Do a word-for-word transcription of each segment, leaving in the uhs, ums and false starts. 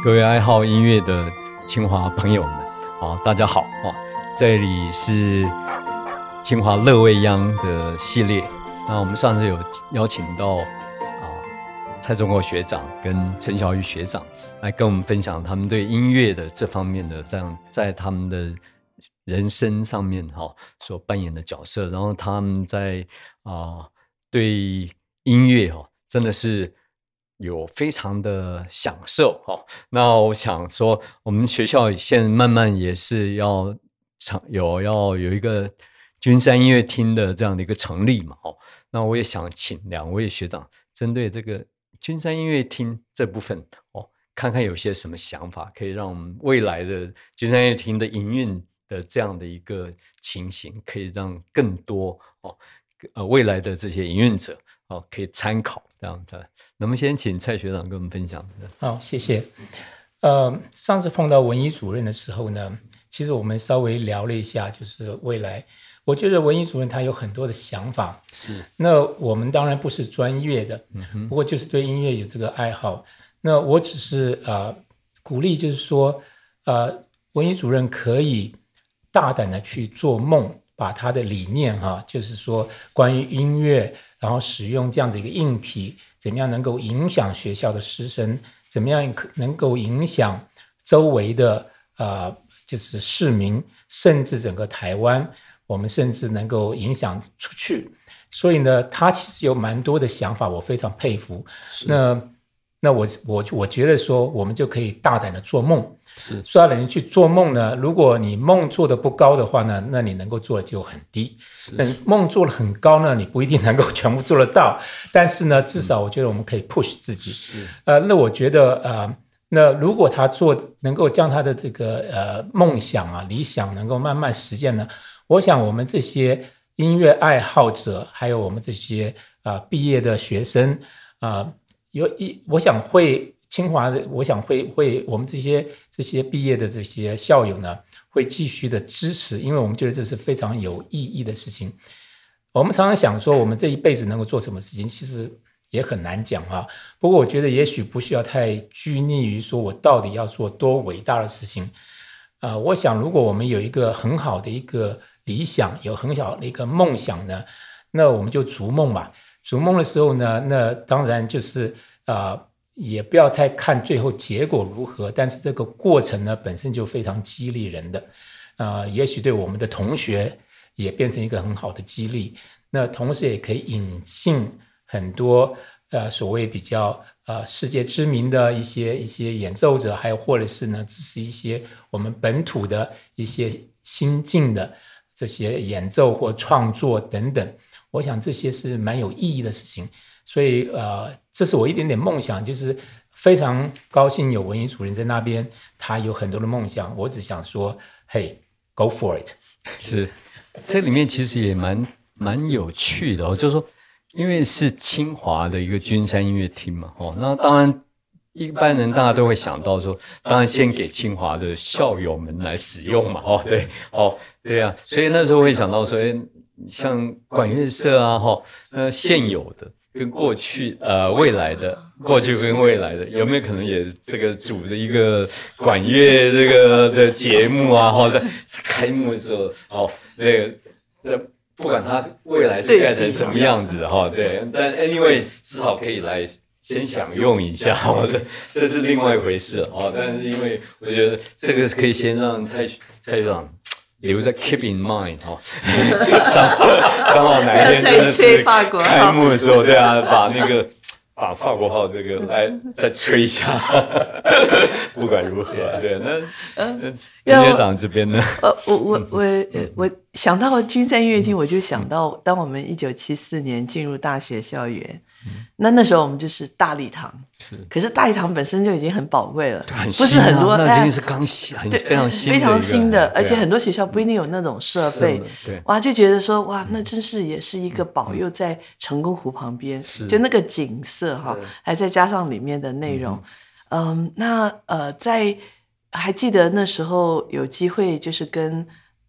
各位爱好音乐的清华朋友们，好，大家好，这里是清华乐未央的系列。那我们上次有邀请到啊蔡中国学长跟陈小宇学长来跟我们分享他们对音乐的这方面的这样在他们的人生上面哈所扮演的角色，然后他们在啊对音乐哈真的是有非常的享受。那我想说我们学校现在慢慢也是要有要有一个君山音乐厅的这样的一个成立嘛。那我也想请两位学长针对这个君山音乐厅这部分看看有些什么想法，可以让我们未来的君山音乐厅的营运的这样的一个情形，可以让更多呃未来的这些营运者哦，可以参考这样的。那么先请蔡学长跟我们分享。 好，谢谢。呃，上次碰到文艺主任的时候呢，其实我们稍微聊了一下，就是未来，我觉得文艺主任他有很多的想法。 是。那我们当然不是专业的，嗯、不过就是对音乐有这个爱好。那我只是呃鼓励，就是说，呃，文艺主任可以大胆的去做梦。把他的理念哈，就是说关于音乐，然后使用这样子一个硬体，怎么样能够影响学校的师生，怎么样能够影响周围的呃，就是市民，甚至整个台湾，我们甚至能够影响出去。所以呢，他其实有蛮多的想法，我非常佩服。那那我我我觉得说，我们就可以大胆的做梦。是，说到人去做梦呢，如果你梦做的不高的话呢，那你能够做的就很低。那梦做的很高呢，你不一定能够全部做得到，但是呢，至少我觉得我们可以 push 自己。是，呃，那我觉得呃，那如果他做能够将他的这个呃梦想啊、理想能够慢慢实现呢，我想我们这些音乐爱好者，还有我们这些啊、呃、毕业的学生啊、呃，有一我想会。清华的，我想会会我们这些这些毕业的这些校友呢，会继续的支持，因为我们觉得这是非常有意义的事情。我们常常想说，我们这一辈子能够做什么事情，其实也很难讲啊。不过我觉得也许不需要太拘泥于说我到底要做多伟大的事情。呃，我想如果我们有一个很好的一个理想，有很好的一个梦想呢，那我们就逐梦吧。逐梦的时候呢，那当然就是啊。呃也不要太看最后结果如何，但是这个过程呢本身就非常激励人的，呃，也许对我们的同学也变成一个很好的激励。那同时也可以引进很多呃所谓比较呃世界知名的一些一些演奏者，还有或者是呢只是一些我们本土的一些新进的这些演奏或创作等等。我想这些是蛮有意义的事情。所以呃，这是我一点点梦想，就是非常高兴有文艺主任在那边，他有很多的梦想，我只想说嘿 go for it。 是，这里面其实也蛮蛮有趣的哦，就是说因为是清华的一个君山音乐厅嘛，哦，那当然一般人大家都会想到说，当然先给清华的校友们来使用嘛，哦，对，哦，对啊，所以那时候会想到说，像管乐社啊，哈，呃，现有的。跟过去呃未来的过去跟未来的有没有可能也这个组的一个管乐这个的节目啊，或者在开幕的时候哦，那个这不管它未来是改成什么样子哈，对，但 anyway 至少可以来先享用一下，哦，这这是另外一回事哦。但是因为我觉得这个是可以先让蔡蔡学长。留着 keep in mind 哈，三三号哪一天真的是开幕的时候，对啊，把那个把法国号这个来再吹一下。不管如何，对，那呃，陈学长这边呢？ 呃，我我我我想到君山音乐厅，我就想到当我们一九七四年进入大学校园。嗯，那那时候我们就是大礼堂，是，可是大礼堂本身就已经很宝贵了， 很不是很多， 那已经是刚新，很非常新的， 非常新的，而且很多学校不一定有那种设备，对，哇，就觉得说哇，那真是也是一个宝，又在成功湖旁边，就那个景色哈，还再加上里面的内容，嗯，那呃，在还记得那时候有机会就是跟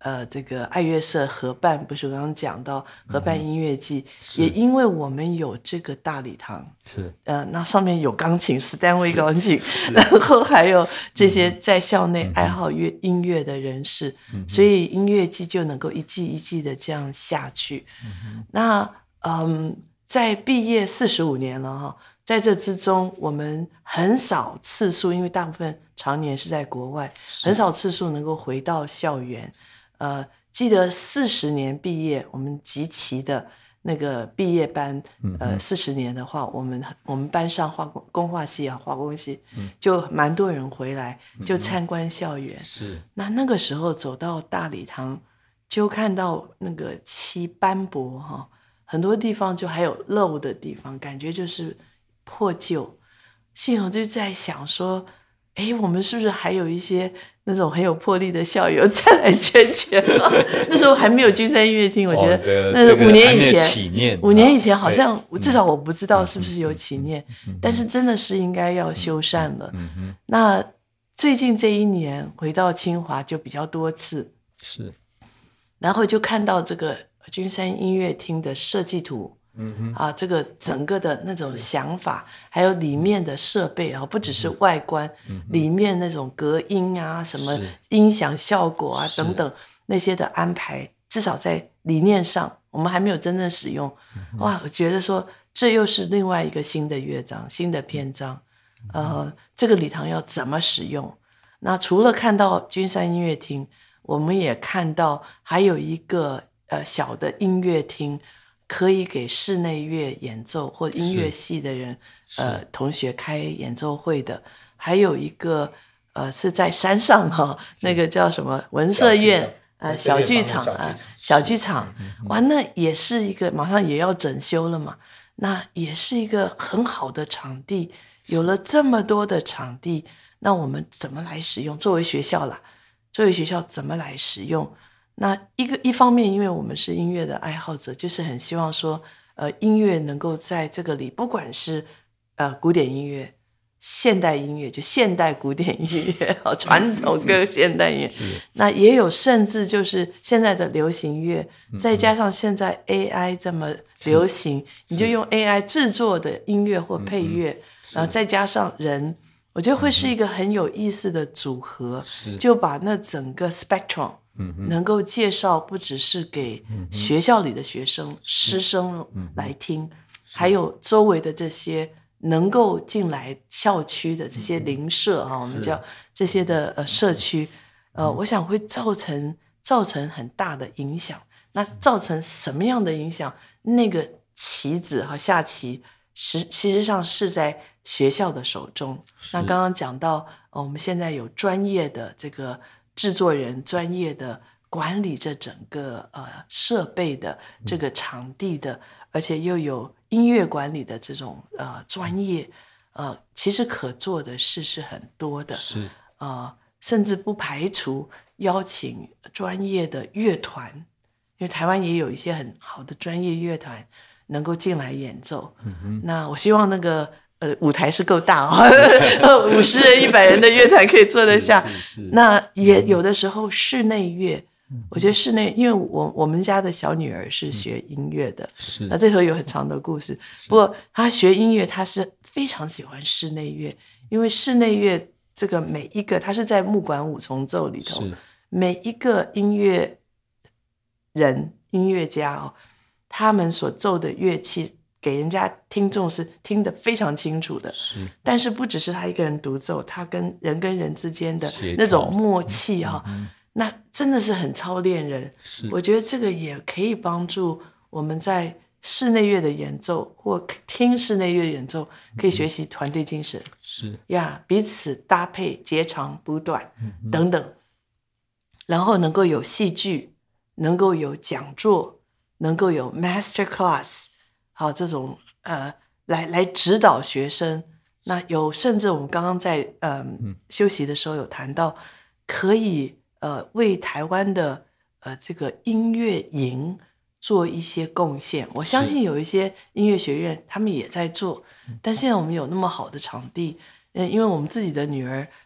呃，这个爱乐社合办，不是我刚刚讲到合办音乐季，嗯、也因为我们有这个大礼堂， 是呃，那上面有钢琴，史丹威钢琴，然后还有这些在校内爱好乐、嗯、音乐的人士，嗯、所以音乐季就能够一季一季的这样下去。嗯、那嗯，在毕业四十五年了哈，在这之中，我们很少次数，因为大部分常年是在国外，很少次数能够回到校园。呃，记得四十年毕业，我们集齐的那个毕业班，呃，四十年的话，我们我们班上化工工化系啊，化工系，嗯、就蛮多人回来，就参观校园。嗯、 是， 那那个时候走到大礼堂，就看到那个漆斑驳哈，很多地方就还有漏的地方，感觉就是破旧。幸好就在想说，哎，我们是不是还有一些那种很有魄力的校友再来捐钱啊？那时候还没有君山音乐厅，我觉得那是五年以前，五年以前好像至少我不知道是不是有起念，但是真的是应该要修缮了。那最近这一年回到清华就比较多次， 是， 然后就看到这个君山音乐厅的设计图。嗯哼啊，这个整个的那种想法，还有里面的设备啊，不只是外观，嗯、里面那种隔音啊、什么音响效果啊等等那些的安排，至少在理念上，我们还没有真正使用。嗯、哇，我觉得说这又是另外一个新的乐章、新的篇章。嗯、呃，这个礼堂要怎么使用？那除了看到君山音乐厅，我们也看到还有一个呃小的音乐厅。可以给室内乐演奏或音乐系的人，呃，同学开演奏会的，还有一个呃是在山上哈、哦，那个叫什么文社院呃小剧场啊，小剧场，哇，那也是一个马上也要整修了嘛，那也是一个很好的场地。有了这么多的场地，那我们怎么来使用？作为学校啦，作为学校怎么来使用？那一个一方面，因为我们是音乐的爱好者，就是很希望说，呃，音乐能够在这个里，不管是呃古典音乐、现代音乐，就现代古典音乐，传统跟现代音乐，那也有甚至就是现在的流行乐，再加上现在 A I 这么流行，你就用 A I 制作的音乐或配乐，然后再加上人，我觉得会是一个很有意思的组合，就把那整个 spectrum。能够介绍不只是给学校里的学生、嗯、师生来听，还有周围的这些能够进来校区的这些邻舍哈、嗯，我们叫这些的呃社区，呃，我想会造成造成很大的影响。那造成什么样的影响？那个棋子和下棋，实其实上是在学校的手中。那刚刚讲到、呃，我们现在有专业的这个。制作人专业的管理这整个呃设备的这个场地的，而且又有音乐管理的这种呃专业，呃，其实可做的事是很多的， 是呃，甚至不排除邀请专业的乐团，因为台湾也有一些很好的专业乐团能够进来演奏。嗯、那我希望那个。呃，舞台是够大哦，五十人、一百人的乐团可以坐得下。是是是那也有的时候室内乐，嗯、我觉得室内，因为我我们家的小女儿是学音乐的，是那这头有很长的故事。不过她学音乐，她是非常喜欢室内乐，因为室内乐这个每一个，她是在木管五重奏里头，每一个音乐人、音乐家哦，他们所奏的乐器。给人家听众是听得非常清楚的，是，但是不只是他一个人独奏，他跟人跟人之间的那种默契啊、哦嗯，那真的是很操练人。我觉得这个也可以帮助我们在室内乐的演奏或听室内乐演奏，可以学习团队精神，是呀，彼此搭配、截长补短、嗯、等等，然后能够有戏剧，能够有讲座，能够有 master class。好，这种呃，来来指导学生，那有甚至我们刚刚在呃、嗯、休息的时候有谈到，可以呃为台湾的呃这个音乐营做一些贡献。我相信有一些音乐学院他们也在做，但现在我们有那么好的场地，嗯，因为我们自己的女儿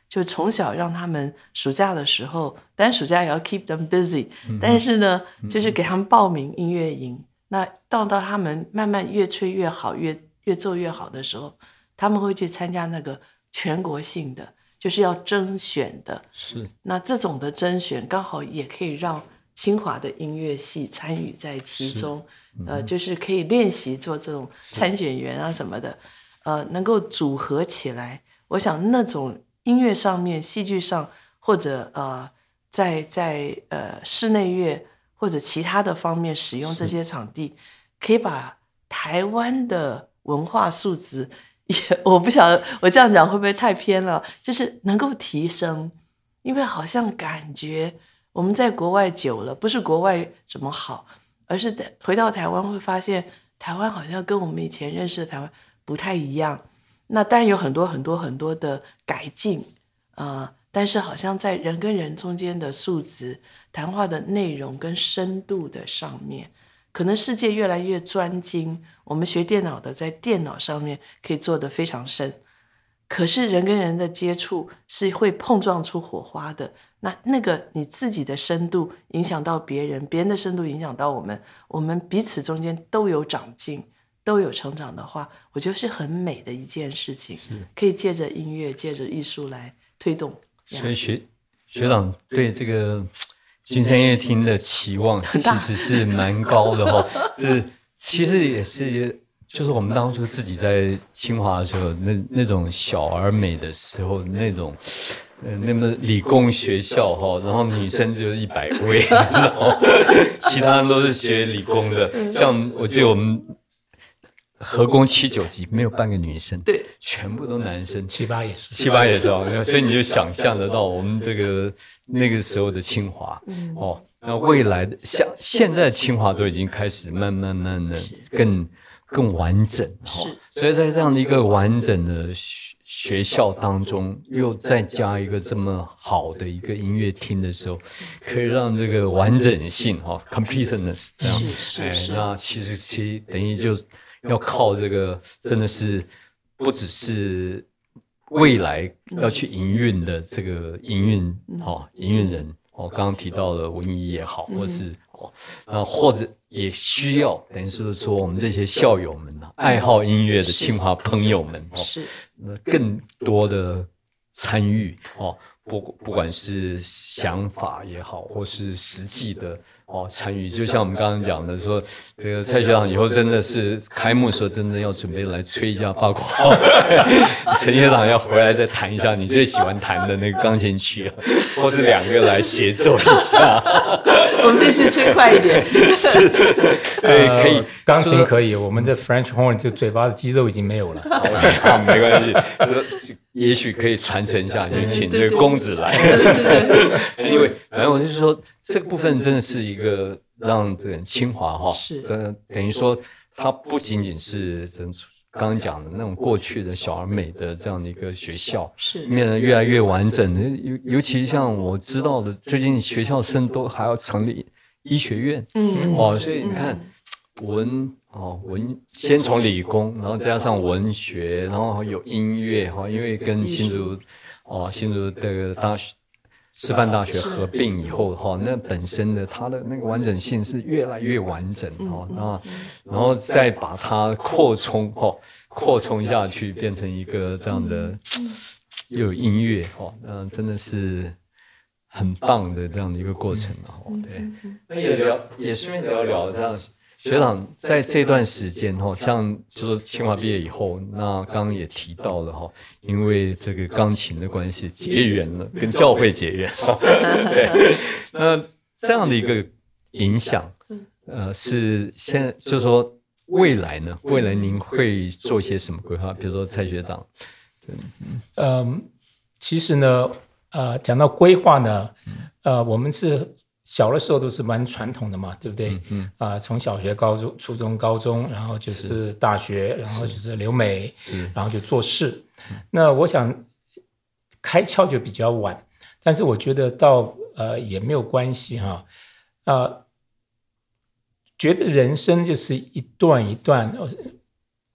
就从小让他们暑假的时候，当然暑假也要 keep them busy，嗯，但是呢，就是给他们报名音乐营。那到到他们慢慢越吹越好，越越做越好的时候，他们会去参加那个全国性的，就是要甄选的。 是，那这种的甄选刚好也可以让清华的音乐系参与在其中，嗯，呃，就是可以练习做这种参选员啊什么的，呃，能够组合起来。我想那种音乐上面、戏剧上，或者呃，在在呃室内乐或者其他的方面使用这些场地，可以把台湾的文化素质也，我不晓得我这样讲会不会太偏了，就是能够提升。因为好像感觉我们在国外久了，不是国外怎么好，而是在回到台湾会发现台湾好像跟我们以前认识的台湾不太一样。那当然有很多很多很多的改进，呃，但是好像在人跟人中间的素质、谈话的内容跟深度的上面，可能世界越来越专精，我们学电脑的在电脑上面可以做得非常深，可是人跟人的接触是会碰撞出火花的。那那个你自己的深度影响到别人，别人的深度影响到我们，我们彼此中间都有长进，都有成长的话，我觉得是很美的一件事情，可以借着音乐借着艺术来推动。 所以学学长对这个君山音乐厅的期望其实是蛮高的哦。这其实也是就是我们当初自己在清华的时候，那那种小而美的时候，那种呃那么理工学校哈，然后女生只有一百位，然后其他人都是学理工的。像我记得我们合工七九级没有半个女生， 对， 全部都男生。 七八也是， 七八也是哦，所以你就想象得到我们这个那个时候的清华，嗯，哦，那未来的像现在清华都已经开始慢慢慢的更更完整，哦，所以在这样的一个完整的学校当中，又再加一个这么好的一个音乐厅的时候，可以让这个完整性哈 completeness 这样， 是是， 那其实其实等于就要靠这个真的是不只是未来要去营运的这个营运哦营运人哦，刚刚提到的文艺也好，或是哦啊或者也需要等于是说我们这些校友们啊，爱好音乐的清华朋友们哦，是更多的参与哦，不不管是想法也好，或是实际的哦参与，就像我们刚刚讲的说，这个蔡学长以后真的是开幕的时候，真的要准备来吹一下八卦号，陈学长要回来再弹一下你最喜欢弹的那个钢琴曲，或是两个来协奏一下。 我们这次吹快一点， 是，对，可以， 钢琴可以，我们的 French horn 就嘴巴的肌肉已经没有了， 好，没关系，也许可以传承一下，就请这个公子来。因为反正我就是说，这个部分真的是一个让这个清华哈，是等于说它不仅仅是真刚刚讲的那种过去的小而美的这样的一个学校，是变得越来越完整的。尤尤其像我知道的，最近学校生都还要成立医学院，嗯，哦，所以你看文哦文先从理工，然后加上文学，然后有音乐哈，因为跟新竹哦新竹的大学。师范大学合并以后哈，那本身的它的那个完整性是越来越完整哦，那然后再把它扩充哦，扩充下去，变成一个这样的又有音乐哦，那真的是很棒的这样的一个过程哦。对，那也聊也顺便聊聊这样。学长在这段时间哈，像就是清华毕业以后，那刚刚也提到了哈，因为这个钢琴的关系结缘了，跟教会结缘。对，那这样的一个影响，呃，是现在就是说未来呢？未来您会做一些什么规划？比如说蔡学长， 嗯，呃、其实呢，呃，讲到规划呢，呃，我们是。小的时候都是蛮传统的嘛，对不对？嗯嗯。啊、呃，从小学、高中、初中、高中，然后就是大学，然后就是留美，然后就做事。那我想开窍就比较晚，但是我觉得倒呃也没有关系哈。啊、呃，觉得人生就是一段一段，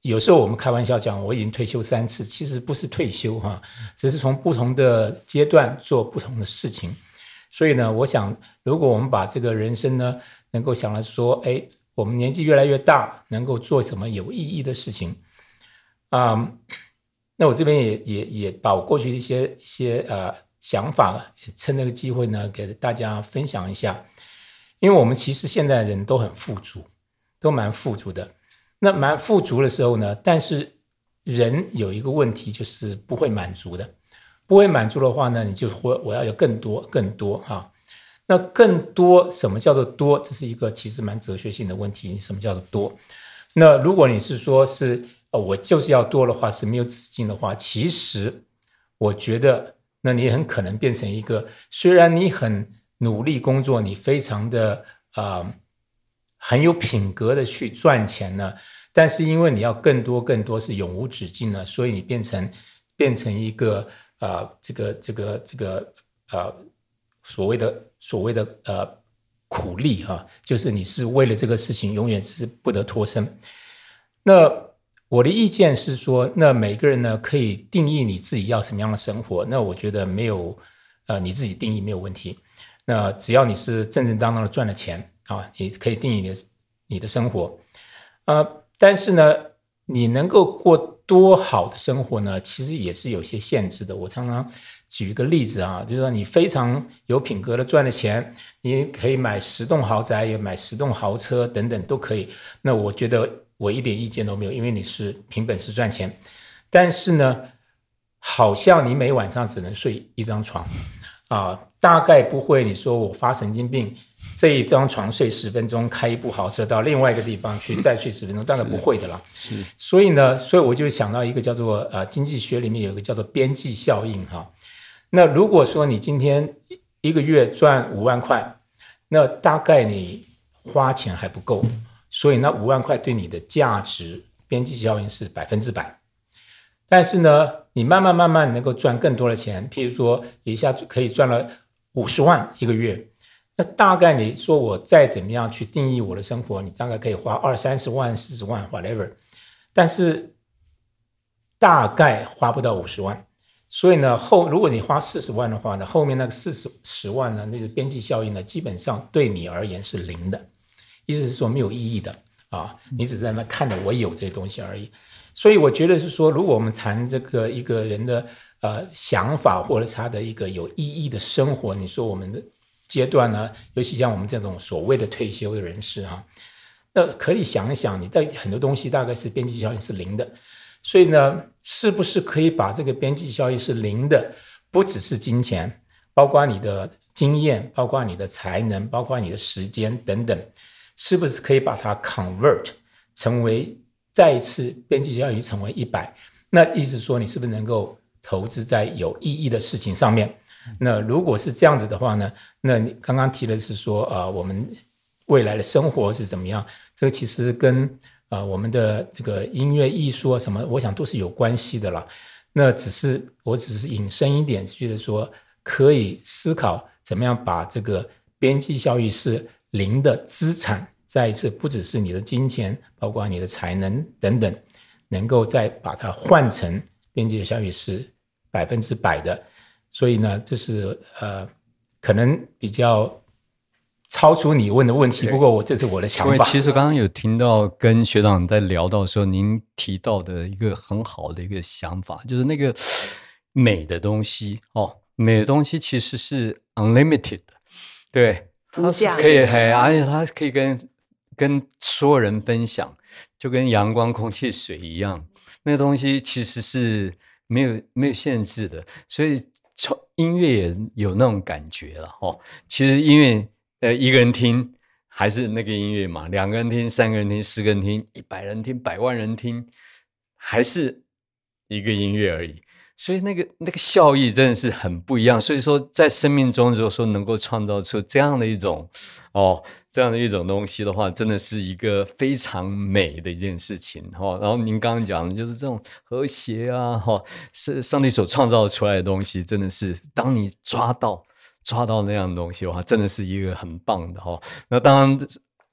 有时候我们开玩笑讲我已经退休三次，其实不是退休哈，只是从不同的阶段做不同的事情。所以呢，我想如果我们把这个人生呢能够想来说，哎，我们年纪越来越大，能够做什么有意义的事情啊、嗯？那我这边也也也把我过去的一些一些呃想法，也趁这个机会呢给大家分享一下。因为我们其实现在人都很富足，都蛮富足的。那蛮富足的时候呢，但是人有一个问题就是不会满足的。不会满足的话呢，你就会我要有更多更多哈。那更多什么叫做多？这是一个其实蛮哲学性的问题。什么叫做多？那如果你是说是、呃、我就是要多的话，是没有止境的话，其实我觉得那你很可能变成一个，虽然你很努力工作，你非常的、呃、很有品格的去赚钱呢，但是因为你要更多更多是永无止境呢，所以你变成变成一个呃这个这个这个呃所谓的所谓的呃苦力啊，就是你是为了这个事情永远是不得脱身。那我的意见是说，那每个人呢可以定义你自己要什么样的生活，那我觉得没有呃你自己定义没有问题。那只要你是正正当当的赚了钱啊，你可以定义你的你的生活。呃，但是呢，你能够过多好的生活呢，其实也是有些限制的。我常常举一个例子啊，就是说你非常有品格的赚了钱，你可以买十栋豪宅，也买十栋豪车等等都可以。那我觉得我一点意见都没有，因为你是凭本事赚钱。但是呢，好像你每晚上只能睡一张床啊，大概不会你说我发神经病，这一张床睡十分钟，开一部豪车到另外一个地方去再睡十分钟，大概不会的啦。 是， 所以呢，所以我就想到一个叫做呃经济学里面有一个叫做边际效应哈。那如果说你今天一个月赚五万块，那大概你花钱还不够，所以那五万块对你的价值边际效应是百分之百。但是呢，你慢慢慢慢能够赚更多的钱，譬如说一下可以赚了五十万一个月，那大概你说我再怎么样去定义我的生活，你大概可以花二三十万、四十万 whatever， 但是大概花不到五十万。所以呢，后如果你花四十万的话呢，后面那个四十万呢，那个边际效应呢，基本上对你而言是零的，意思是说没有意义的啊，你只是在那看着我有这些东西而已。所以我觉得是说，如果我们谈这个一个人的呃想法，或者是他的一个有意义的生活，你说我们的阶段呢，尤其像我们这种所谓的退休的人士啊，那可以想一想，你在很多东西大概是边际效应是零的。所以呢，是不是可以把这个边际效应是零的，不只是金钱，包括你的经验，包括你的才能，包括你的时间等等，是不是可以把它 convert 成为再一次边际效应成为一百？那意思说你是不是能够投资在有意义的事情上面？那如果是这样子的话呢，那你刚刚提的是说呃，我们未来的生活是怎么样？这个其实跟呃，我们的这个音乐艺术啊什么，我想都是有关系的啦。那只是我只是引申一点，觉得说可以思考怎么样把这个边际效益是零的资产，再一次不只是你的金钱，包括你的才能等等，能够再把它换成边际效益是百分之百的。所以呢，这是呃可能比较超出你问的问题，不过我这是我的想法。 因为其实刚刚有听到跟学长在聊到的时候，您提到的一个很好的一个想法，就是那个美的东西哦，美的东西其实是 unlimited 的，对，它是可以，而且它可以跟跟所有人分享，就跟阳光、空气、水一样，那个东西其实是没有没有限制的，所以音乐也有那种感觉了哦。其实音乐。呃，一个人听还是那个音乐嘛，两个人听，三个人听，四个人听，一百人听，百万人听，还是一个音乐而已。所以那个那个效益真的是很不一样。所以说，在生命中，如果说能够创造出这样的一种哦，这样的一种东西的话，真的是一个非常美的一件事情哦。然后您刚刚讲的就是这种和谐啊，哈、哦，是上帝所创造出来的东西，真的是当你抓到。抓到那样的东西的话，真的是一个很棒的哈、哦。那当然，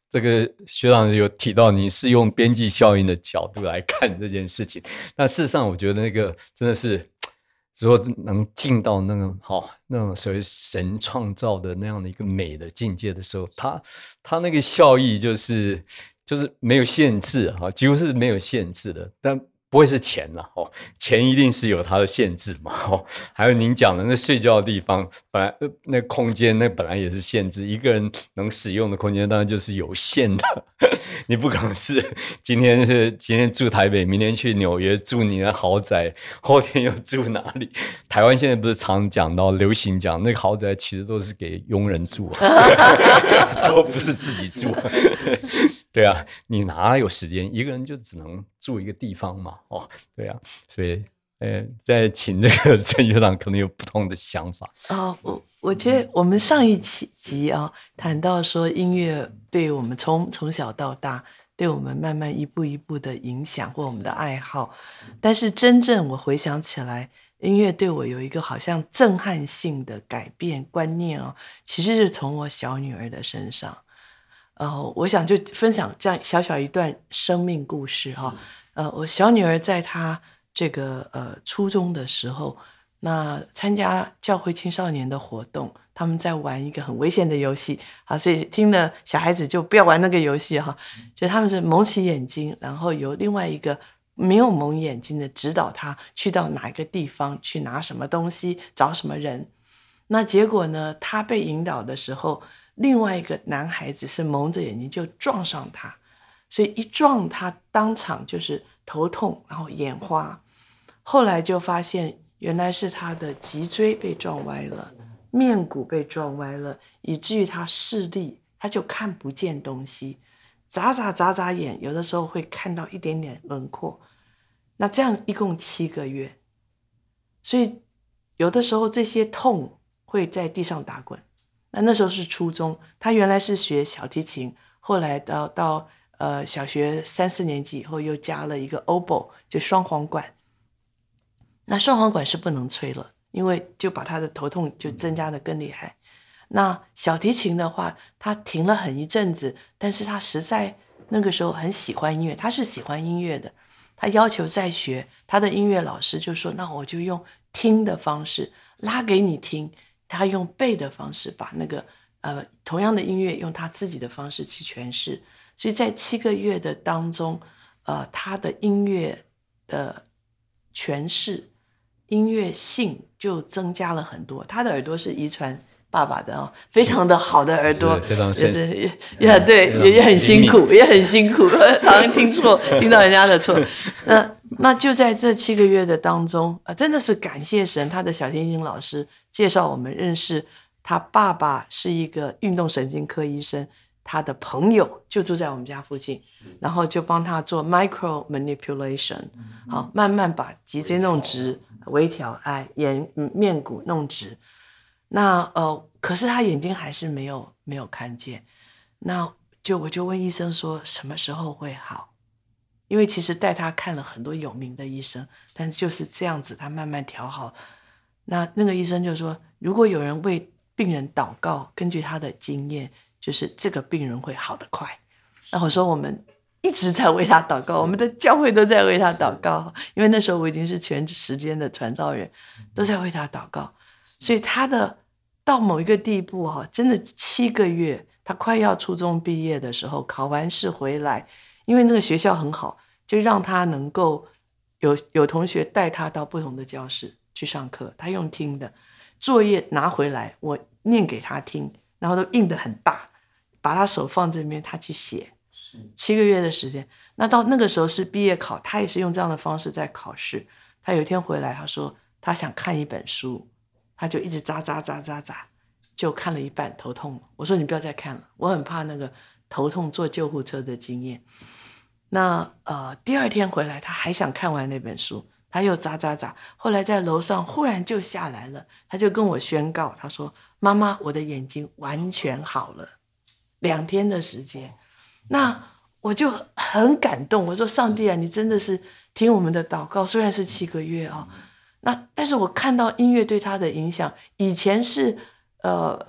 这个学长有提到你是用边际效应的角度来看这件事情，但事实上我觉得那个真的是如果能进到那个好、哦、那种所谓神创造的那样的一个美的境界的时候，它它那个效益就是就是没有限制哈，几乎是没有限制的，但不会是钱啦哦，钱一定是有它的限制嘛哦。还有您讲的那睡觉的地方，本来那空间那本来也是限制，一个人能使用的空间当然就是有限的。你不可能是今天是今天住台北，明天去纽约住你的豪宅，后天又住哪里？台湾现在不是常讲到流行讲那个豪宅其实都是给佣人住，都不是自己住。对啊，你哪有时间？一个人就只能住一个地方嘛，哦，对啊，所以，呃，再请这个陈学长可能有不同的想法。 哦，我我觉得我们上一期集啊、哦、谈到说音乐对我们从从小到大对我们慢慢一步一步的影响或我们的爱好，但是真正我回想起来，音乐对我有一个好像震撼性的改变观念哦，其实是从我小女儿的身上。呃，我想就分享这样小小一段生命故事哈、哦。呃，我小女儿在她这个呃初中的时候，那参加教会青少年的活动，他们在玩一个很危险的游戏啊，所以听了小孩子就不要玩那个游戏哈。就他们是蒙起眼睛，然后由另外一个没有蒙眼睛的指导他去到哪个地方去拿什么东西，找什么人。那结果呢，他被引导的时候，另外一个男孩子是蒙着眼睛就撞上他，所以一撞他当场就是头痛，然后眼花。后来就发现原来是他的脊椎被撞歪了，面骨被撞歪了，以至于他视力他就看不见东西，眨眨眨眨眼，有的时候会看到一点点轮廓。那这样一共七个月，所以有的时候这些痛会在地上打滚。那那时候是初中，他原来是学小提琴，后来到到呃小学三四年级以后又加了一个 oboe， 就双簧管。那双簧管是不能吹了，因为就把他的头痛就增加的更厉害。那小提琴的话，他停了很一阵子，但是他实在那个时候很喜欢音乐，他是喜欢音乐的，他要求再学，他的音乐老师就说，那我就用听的方式拉给你听。他用背的方式把那个呃同样的音乐用他自己的方式去诠释，所以在七个月的当中，呃，他的音乐的诠释、音乐性就增加了很多。他的耳朵是遗传爸爸的哦，非常的好的耳朵， 非常也是也也对，也也很辛苦，也很辛苦，常常听错，听到人家的错。那那就在这七个月的当中啊，真的是感谢神，他的小提琴老师介绍我们认识他爸爸是一个运动神经科医生，他的朋友就住在我们家附近，然后就帮他做 micro manipulation， 好，慢慢把脊椎弄直，微调，哎，眼面骨弄直。那呃，可是他眼睛还是没有没有看见，那就我就问医生说什么时候会好？因为其实带他看了很多有名的医生，但就是这样子，他慢慢调好。那那个医生就说，如果有人为病人祷告，根据他的经验，就是这个病人会好得快。那我说我们一直在为他祷告，我们的教会都在为他祷告，因为那时候我已经是全时间的传道人，都在为他祷告。所以他的到某一个地步哈，真的七个月，他快要初中毕业的时候，考完试回来，因为那个学校很好，就让他能够有有同学带他到不同的教室去上课，他用听的，作业拿回来我念给他听，然后都印得很大，把他手放这边，他去写，七个月的时间。那到那个时候是毕业考，他也是用这样的方式在考试。他有一天回来，他说他想看一本书，他就一直眨眨眨眨眨，就看了一半头痛。我说你不要再看了，我很怕那个头痛坐救护车的经验。那呃，第二天回来他还想看完那本书，他又眨眨眨，后来在楼上忽然就下来了，他就跟我宣告，他说妈妈，我的眼睛完全好了，两天的时间。那我就很感动，我说上帝啊，你真的是听我们的祷告，虽然是七个月啊、哦，那但是我看到音乐对他的影响，以前是呃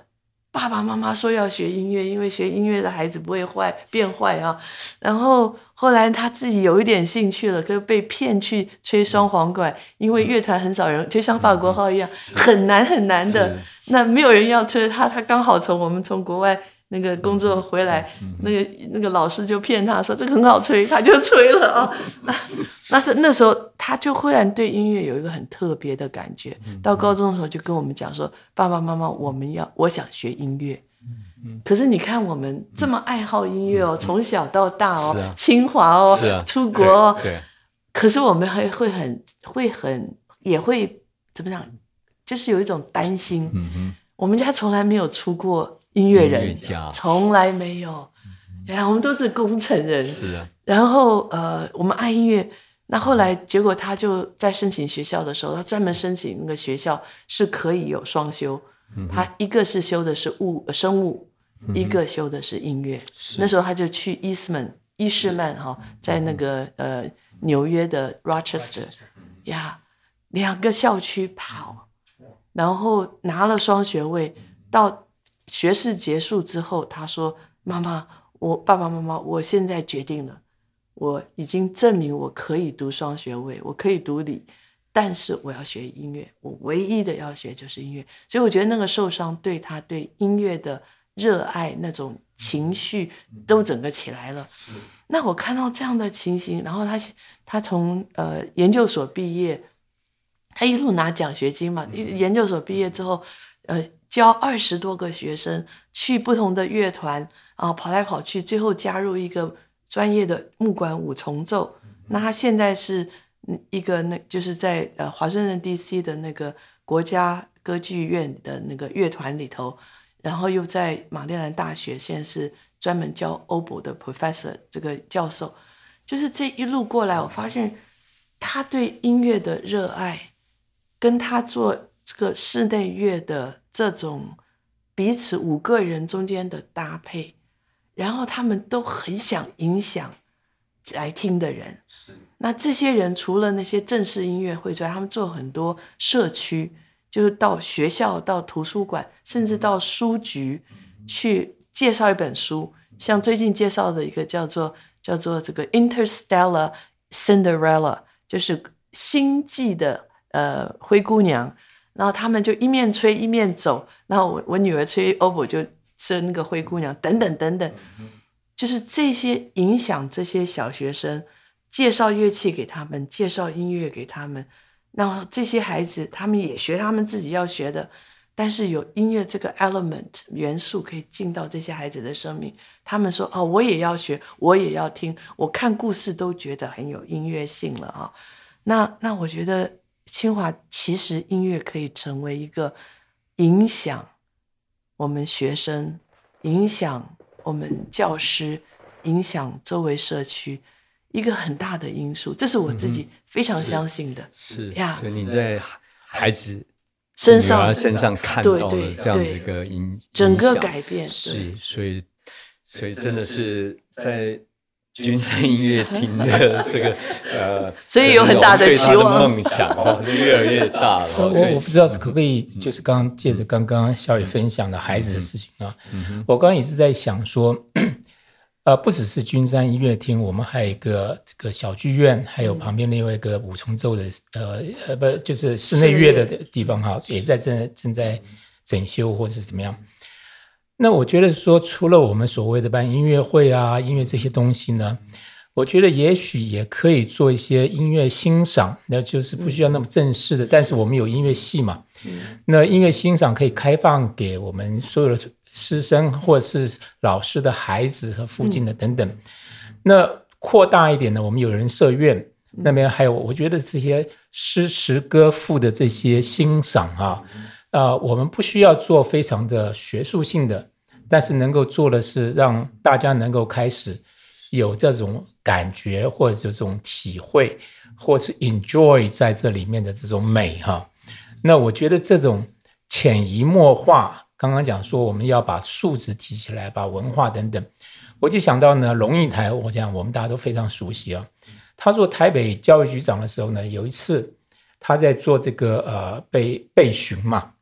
爸爸妈妈说要学音乐，因为学音乐的孩子不会坏变坏啊。然后后来他自己有一点兴趣了，可是被骗去吹双簧管，因为乐团很少人，就像法国号一样，很难很难的。那没有人要吹他，他刚好从我们从国外那个工作回来，那个那个老师就骗他说这个很好吹，他就吹了啊。那那是那时候他就忽然对音乐有一个很特别的感觉。到高中的时候就跟我们讲说，爸爸妈妈，我们要我想学音乐。可是你看我们这么爱好音乐哦，从小到大哦， 啊、 清华哦， 啊、 出国哦， 对。对可是我们还会很会很也会怎么讲，就是有一种担心。 嗯哼， 我们家从来没有出过音乐人， 音乐家从来没有。哎呀，我们都是工程人。 是啊。 然后呃，我们爱音乐。那后来结果他就在申请学校的时候，他专门申请那个学校是可以有双修。嗯、他一个是修的是物生物。一个修的是音乐，那时候他就去伊斯曼伊士曼哈，在那个呃纽约的 Rochester 呀，两个校区跑，然后拿了双学位。到学士结束之后，他说：“妈妈，我爸爸妈妈，我现在决定了，我已经证明我可以读双学位，我可以读理，但是我要学音乐，我唯一的要学就是音乐。”所以我觉得那个受伤对他对音乐的热爱那种情绪都整个起来了。那我看到这样的情形，然后他他从呃研究所毕业，他一路拿奖学金嘛，研究所毕业之后，呃教二十多个学生，去不同的乐团啊跑来跑去，最后加入一个专业的木管五重奏。那他现在是一个那就是在呃华盛顿 D C 的那个国家歌剧院的那个乐团里头。然后又在马里兰大学，现在是专门教 oboe 的 professor 这个教授。就是这一路过来，我发现他对音乐的热爱，跟他做这个室内乐的这种彼此五个人中间的搭配，然后他们都很想影响来听的人。那这些人除了那些正式音乐会之外，他们做很多社区。就是到学校、到图书馆，甚至到书局去介绍一本书。像最近介绍的一个叫做叫做这个 Interstellar Cinderella， 就是星际的呃灰姑娘。然后他们就一面吹一面走，然后我我女儿吹 oboe 就吹那个灰姑娘，等等等等。就是这些影响这些小学生，介绍乐器给他们，介绍音乐给他们。那这些孩子他们也学他们自己要学的，但是有音乐这个 element 元素可以进到这些孩子的生命。他们说哦，我也要学，我也要听，我看故事都觉得很有音乐性了啊。那那我觉得清华其实音乐可以成为一个影响我们学生、影响我们教师、影响周围社区一个很大的因素，这是我自己非常相信的。 是呀， 所以你在孩子身上身上看到了这样的一个影整个改变。 是，所以所以真的是在君山音乐厅的这个呃， 所以有很大的期望， 梦想哦，就越来越大了。 我我不知道可不可以，就是刚刚借着刚刚小野分享的孩子的事情啊，嗯、我刚刚也是在想说。呃，不只是君山音乐厅，我们还有一个这个小剧院，还有旁边另外一个五重奏的呃呃不就是室内乐的地方哈，也在正正在整修或是怎么样。那我觉得说，除了我们所谓的办音乐会啊、音乐这些东西呢，我觉得也许也可以做一些音乐欣赏，那就是不需要那么正式的，但是我们有音乐系嘛，那音乐欣赏可以开放给我们所有的师生或者是老师的孩子和附近的等等、嗯、那扩大一点呢，我们有人社院那边还有我觉得这些诗词歌赋的这些欣赏啊、呃，我们不需要做非常的学术性的，但是能够做的是让大家能够开始有这种感觉或者这种体会或是 enjoy 在这里面的这种美哈。那我觉得这种潜移默化，刚刚讲说我们要把素质提起来，把文化等等，我就想到呢龙应台，我讲我们大家都非常熟悉啊。他做台北教育局长的时候呢，有一次他在做这个呃备备询嘛，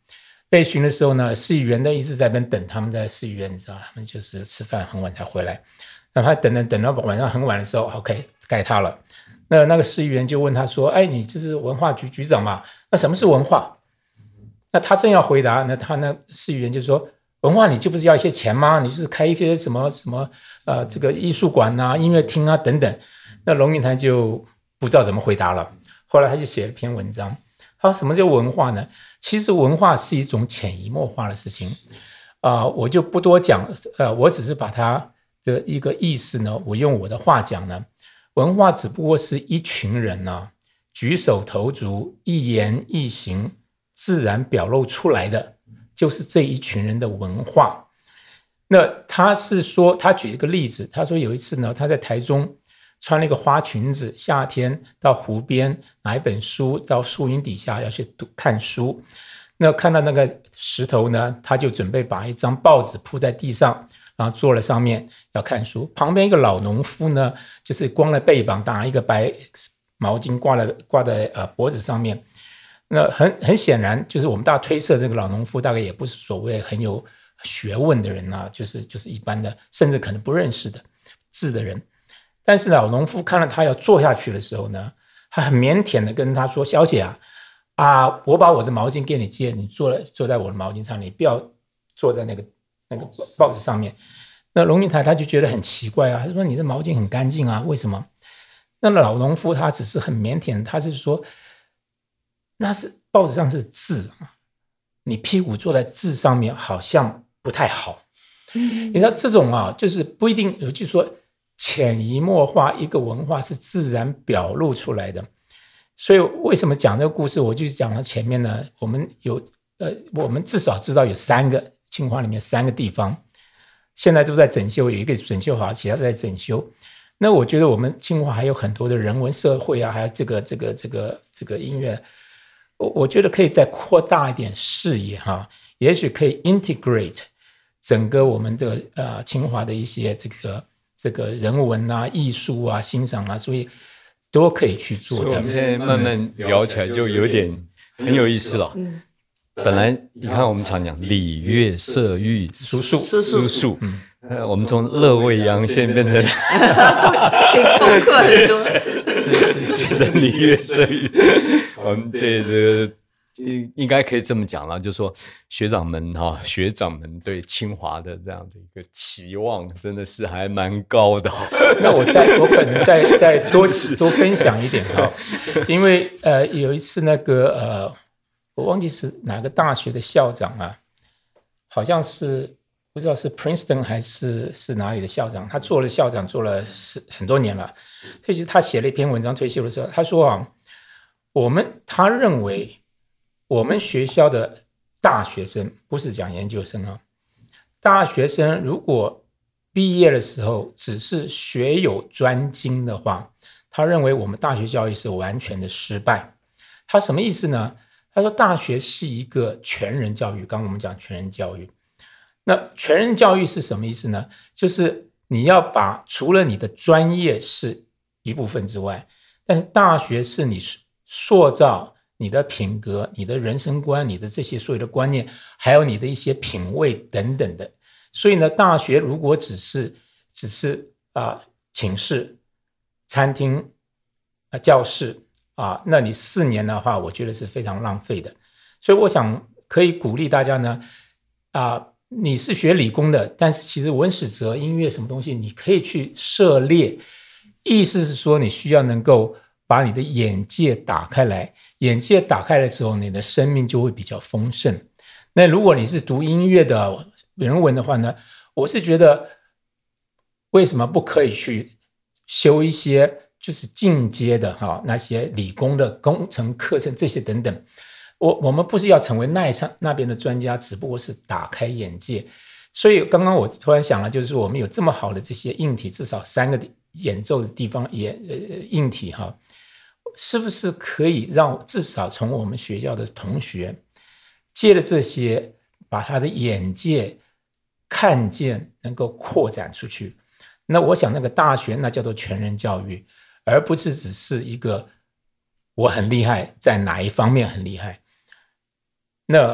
被巡的时候呢，市议员的一直在那边等，他们在市议员，你知道，他们就是吃饭很晚才回来。那他等等等到晚上很晚的时候 ，OK， 该他了。那那个市议员就问他说：“哎，你这是文化局局长嘛？那什么是文化？”那他正要回答，那他那市议员就说：“文化你就不是要一些钱吗？你就是开一些什么什么呃这个艺术馆啊、音乐厅啊等等。”那龙应台就不知道怎么回答了。后来他就写了一篇文章，他说：“什么叫文化呢？其实文化是一种潜移默化的事情啊、呃，我就不多讲，呃，我只是把它的一个意思呢，我用我的话讲呢，文化只不过是一群人呢、啊、举手投足、一言一行自然表露出来的，就是这一群人的文化。”那他是说，他举一个例子，他说有一次呢，他在台中穿了一个花裙子，夏天到湖边拿一本书到树荫底下要去读看书，那看到那个石头呢，他就准备把一张报纸铺在地上，然后坐在上面要看书。旁边一个老农夫呢，就是光了背膀，打一个白毛巾挂了挂在呃脖子上面。那很很显然，就是我们大家推测这个老农夫大概也不是所谓很有学问的人啊，就是就是一般的，甚至可能不认识的字的人。但是老农夫看到他要坐下去的时候呢，他很腼腆的跟他说：“小姐啊，啊，我把我的毛巾给你借，你坐坐在我的毛巾上，你不要坐在那个那个报纸上面。”那龙应台他就觉得很奇怪啊，他说：“你的毛巾很干净啊，为什么？”那老农夫他只是很腼腆，他是说：“那是报纸上是字，你屁股坐在字上面好像不太好。”你知道这种啊，就是不一定有，就是说潜移默化，一个文化是自然表露出来的。所以为什么讲这个故事，我就讲到前面呢，我们有呃，我们至少知道有三个清华里面三个地方现在都在整修，有一个整修好，其他在整修。那我觉得我们清华还有很多的人文社会啊，还有这个这个这个这个音乐，我我觉得可以再扩大一点视野哈，也许可以 integrate 整个我们的呃清华的一些这个这个人文啊、艺术啊、欣赏啊，所以都可以去做的。 所以我们现在慢慢聊起来就有点很有意思了。嗯，本来你看我们常讲礼乐射御书数书数，嗯，呃，我们从乐未央现在变成功课很多， 变成礼乐射御。我们对这个应该可以这么讲了，就是说学长们哈、哦，学长们对清华的这样的一个期望真的是还蛮高的、哦。 那我再我可能再再多多分享一点哈、哦，因为呃有一次那个呃我忘记是哪个大学的校长啊，好像是不知道是 Princeton 还是是哪里的校长，他做了校长做了是很多年了，退休他写了一篇文章退休的时候，他说啊，我们他认为。我们学校的大学生不是讲研究生啊，大学生如果毕业的时候只是学有专精的话，他认为我们大学教育是完全的失败。他什么意思呢？他说大学是一个全人教育，刚刚我们讲全人教育，那全人教育是什么意思呢？就是你要把除了你的专业是一部分之外，但是大学是你塑造你的品格、你的人生观、你的这些所有的观念，还有你的一些品味等等的。所以呢，大学如果只是只是啊、呃、寝室、餐厅、啊教室啊，那你四年的话，我觉得是非常浪费的。所以我想可以鼓励大家呢，啊、呃，你是学理工的，但是其实文史哲、音乐什么东西，你可以去涉猎。意思是说，你需要能够把你的眼界打开来。眼界打开的时候，你的生命就会比较丰盛。那如果你是读音乐的人文的话呢，我是觉得为什么不可以去修一些就是进阶的哈那些理工的工程课程这些等等。我我们不是要成为那上那边的专家，只不过是打开眼界。所以刚刚我突然想了，就是我们有这么好的这些硬体，至少三个演奏的地方演呃硬体哈。是不是可以让至少从我们学校的同学借了这些，把他的眼界看见能够扩展出去？那我想那个大学那叫做全人教育，而不是只是一个我很厉害，在哪一方面很厉害。那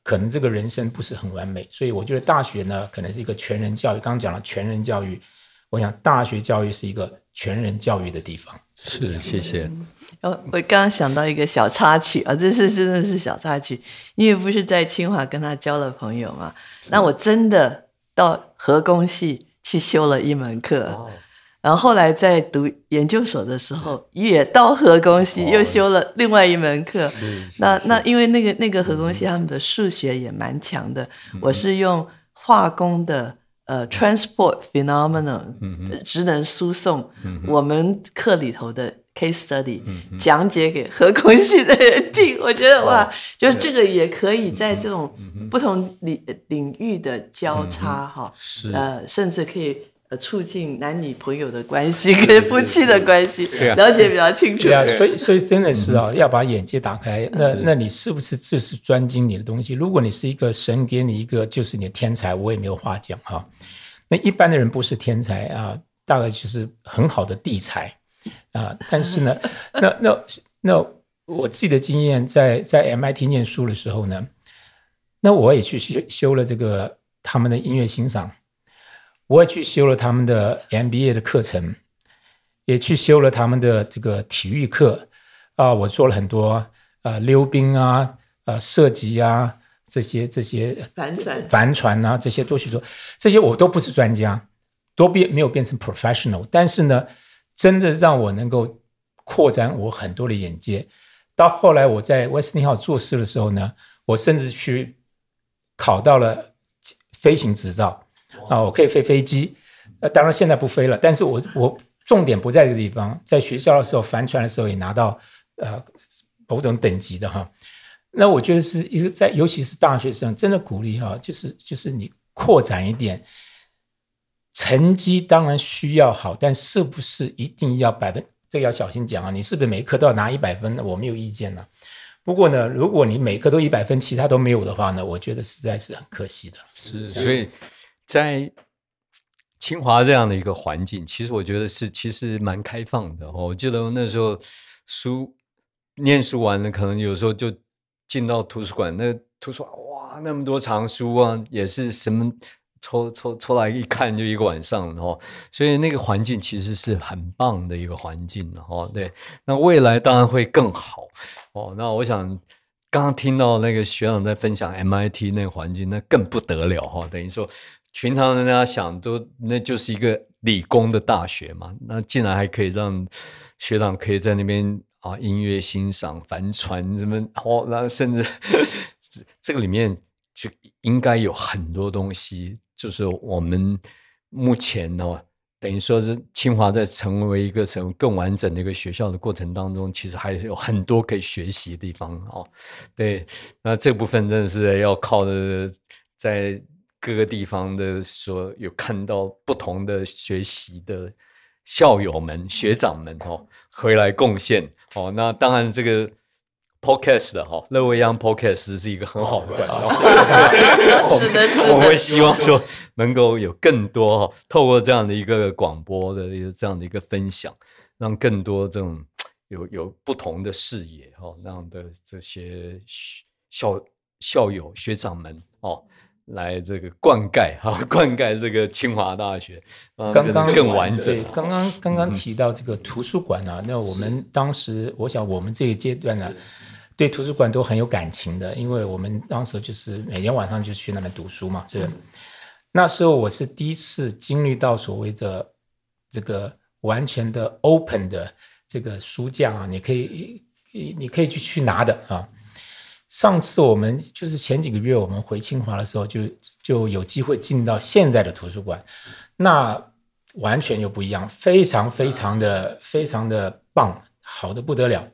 可能这个人生不是很完美。所以我觉得大学呢，可能是一个全人教育。刚刚讲了全人教育，我想大学教育是一个全人教育的地方。 是，谢谢。 我我刚刚想到一个小插曲啊，这是真的是小插曲，因为不是在清华跟他交了朋友嘛，那我真的到核工系去修了一门课。哦，然后后来在读研究所的时候，也到核工系又修了另外一门课。是是是那那因为那个那个核工系他们的数学也蛮强的，嗯、我是用化工的呃 transport phenomenon、嗯、职能输送、嗯、我们课里头的 case study、嗯、讲解给核工系的人听。我觉得哇，就是这个也可以在这种不同领领域的交叉哈、嗯，呃，甚至可以。呃，促进男女朋友的关系跟夫妻的关系，了解比较清楚。 对啊，所以所以真的是啊、哦，要把眼界打开。那那你是不是就是专精你的东西？如果你是一个神给你一个就是你的天才，我也没有话讲哈、哦。那一般的人不是天才啊，大概就是很好的地才啊。但是呢，那那那我自己的经验在，在在 M I T 念书的时候呢，那我也去修修了这个他们的音乐欣赏。我也去修了他们的 M B A 的课程，也去修了他们的这个体育课啊，我做了很多啊溜冰啊、啊射击啊这些这些帆船帆船啊这些都去做，这些我都不是专家，都变没有变成 professional， 但是呢，真的让我能够扩展我很多的眼界。到后来我在 Westinghouse 做事的时候呢，我甚至去考到了飞行执照。啊，我可以飞飞机，呃，当然现在不飞了，但是我我重点不在这个地方，在学校的时候帆船的时候也拿到呃某种等级的哈。那我觉得是一个在，尤其是大学生，真的鼓励哈，就是就是你扩展一点，成绩当然需要好，但是不是一定要百分？这个要小心讲啊，你是不是每一科都要拿一百分？我没有意见了。不过呢，如果你每科都一百分，其他都没有的话呢，我觉得实在是很可惜的。 是，所以。在清华这样的一个环境，其实我觉得是其实蛮开放的、哦、我记得那时候书念书完了，可能有时候就进到图书馆，那图书馆哇那么多藏书啊，也是什么抽抽抽来一看就一个晚上哦，所以那个环境其实是很棒的一个环境哦。对，那未来当然会更好哦。那我想。刚刚听到那个学长在分享 M I T 那个环境，那更不得了哈、哦！等于说，平常人家想都那就是一个理工的大学嘛，那竟然还可以让学长可以在那边啊音乐欣赏、帆船什么哦，那甚至这个里面就应该有很多东西，就是我们目前哦。等于说是清华在成为一个成更完整的一个学校的过程当中，其实还有很多可以学习的地方哦。对，那这部分真的是要靠的在各个地方的所有看到不同的学习的校友们、学长们哦，回来贡献哦。那当然这个。Podcast 的哈，乐未央 Podcast 是一个很好的管道。 是的，是的， 我们会希望说能够有更多哈，透过这样的一个广播的一个这样的一个分享，让更多这种有有不同的视野哈，让的这些校校友学长们哦，来这个灌溉哈，灌溉这个清华大学， 刚刚更完整。 刚刚刚刚提到这个图书馆啊，那我们当时，我想我们这个阶段呢、啊。对图书馆都很有感情的，因为我们当时就是每天晚上就去那边读书嘛。这那时候我是第一次经历到所谓的这个完全的 open 的这个书架啊，你可以你可以去去拿的啊。上次我们就是前几个月我们回清华的时候就，就就有机会进到现在的图书馆，那完全又不一样，非常非常的非常的棒，好的不得了。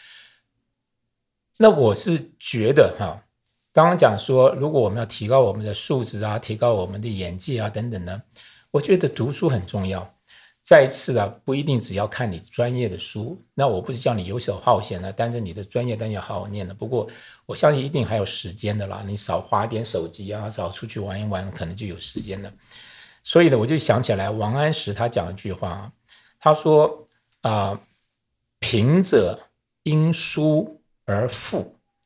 那我是觉得哈，刚刚讲说，如果我们要提高我们的素质啊，提高我们的眼界啊等等呢，我觉得读书很重要。再一次啊，不一定只要看你专业的书，那我不是叫你游手好闲的，但是你的专业当然要好好念的。不过我相信一定还有时间的啦，你少滑点手机啊，少出去玩一玩，可能就有时间了。所以呢，我就想起来王安石他讲一句话，他说啊、呃，贫者因书而富，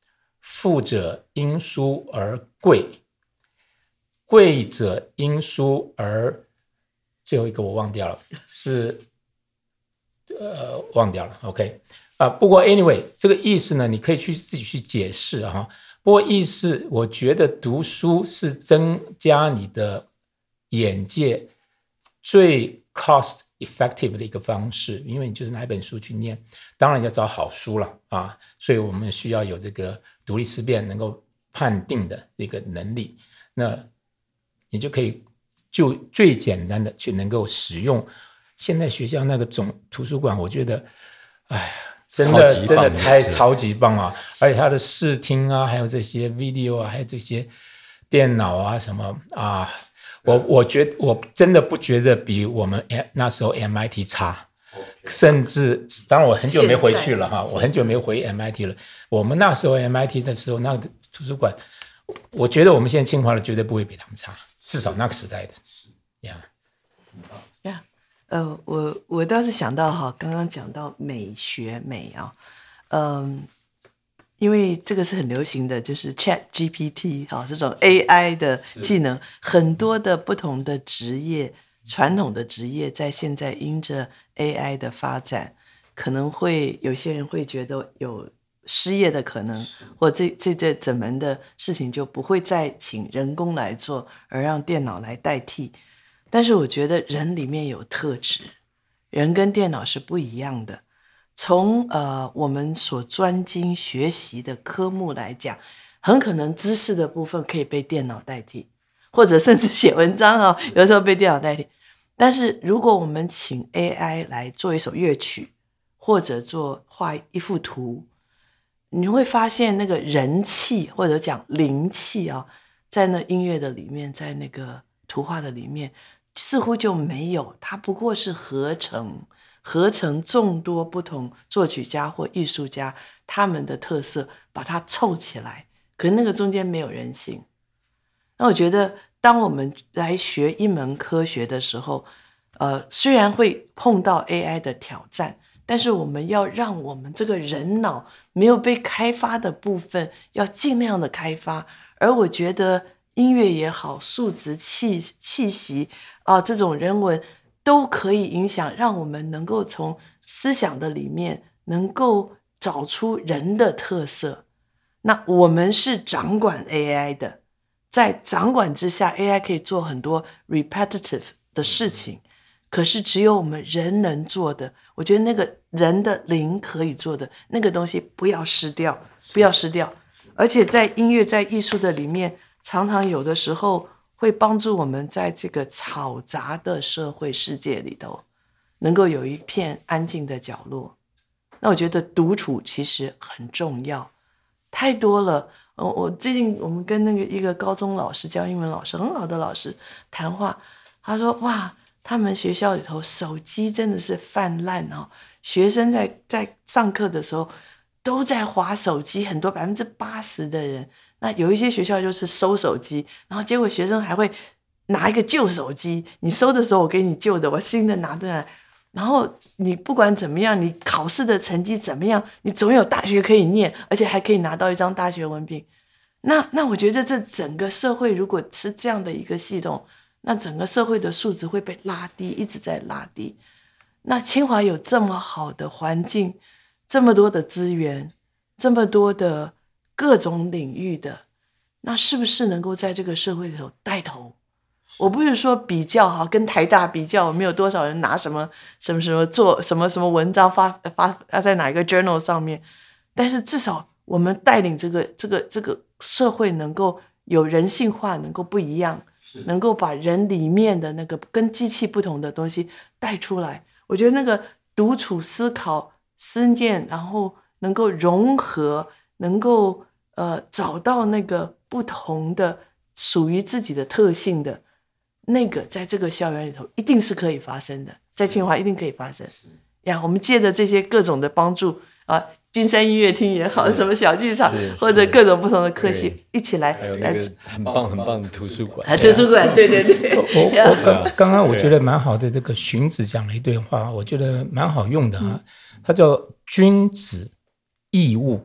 富者因书而贵，贵者因书而最后一个我忘掉了，是呃忘掉了 OK 啊。不过 anyway 这个意思呢，你可以去自己去解释啊。不过意思我觉得读书是增加你的眼界最 cost effective 的一个方式，因为你就是拿一本书去念，当然要找好书了啊，所以我们需要有这个独立思辨能够判定的一个能力，那你就可以就最简单的去能够使用现在学校那个总图书馆，我觉得哎呀真的真的太超级棒了，而且它的视听啊，还有这些 video 啊，还有这些电脑啊什么啊，我我觉得我真的不觉得比我们那时候 M I T 差，甚至当然我很久没回去了哈，我很久没回 M I T 了。我们那时候 M I T 的时候，那个图书馆，我觉得我们现在清华的绝对不会比他们差，至少那个时代的。呀， 呀，呃，我我倒是想到哈，刚刚讲到美学美啊，嗯。因为这个是很流行的，就是 Chat G P T 哈，这种 A I 的技能，很多的不同的职业，传统的职业，在现在因着 A I 的发展，可能会有些人会觉得有失业的可能，或这这这整门的事情就不会再请人工来做，而让电脑来代替。但是我觉得人里面有特质，人跟电脑是不一样的。从呃我们所专精学习的科目来讲，很可能知识的部分可以被电脑代替，或者甚至写文章啊，有时候被电脑代替。但是如果我们请 A I 来做一首乐曲，或者做画一幅图，你会发现那个人气或者讲灵气啊，在那音乐的里面，在那个图画的里面，似乎就没有，它不过是合成。合成众多不同作曲家或艺术家他们的特色，把它凑起来，可是那个中间没有人性。那我觉得当我们来学一门科学的时候，呃，虽然会碰到 A I 的挑战，但是我们要让我们这个人脑没有被开发的部分要尽量的开发。而我觉得音乐也好，数值气气息啊、呃，这种人文都可以影响，让我们能够从思想的里面能够找出人的特色。那我们是掌管 A I 的，在掌管之下 A I 可以做很多 repetitive 的事情，可是只有我们人能做的，我觉得那个人的灵可以做的那个东西不要失掉，不要失掉。而且在音乐在艺术的里面，常常有的时候会帮助我们在这个嘈杂的社会世界里头能够有一片安静的角落。那我觉得独处其实很重要，太多了。我最近我们跟那个一个高中老师，教英文老师，很好的老师谈话，他说哇，他们学校里头手机真的是泛滥哦，学生在在上课的时候都在滑手机，很多百分之八十的人。那有一些学校就是收手机，然后结果学生还会拿一个旧手机，你收的时候我给你旧的，我新的拿进来，然后你不管怎么样，你考试的成绩怎么样，你总有大学可以念，而且还可以拿到一张大学文凭。那那我觉得这整个社会如果是这样的一个系统，那整个社会的素质会被拉低，一直在拉低。那清华有这么好的环境，这么多的资源，这么多的各种领域的，那是不是能够在这个社会里头带头？我不是说比较哈，跟台大比较，没有多少人拿什么什么什么做什么什么文章发发在哪一个 journal 上面，但是至少我们带领这个这个这个社会能够有人性化，能够不一样，能够把人里面的那个跟机器不同的东西带出来。我觉得那个独处思考思念，然后能够融合，能够呃找到那个不同的属于自己的特性的那个，在这个校园里头一定是可以发生的，在清华一定可以发生呀。我们借着这些各种的帮助啊，君山音乐厅也好，什么小剧场或者各种不同的科系一起来， 还有那个很棒很棒的图书馆， 啊，图书馆，对对对。 我我刚刚刚我觉得蛮好的，这个荀子讲了一段话，我觉得蛮好用的啊。它叫君子义务，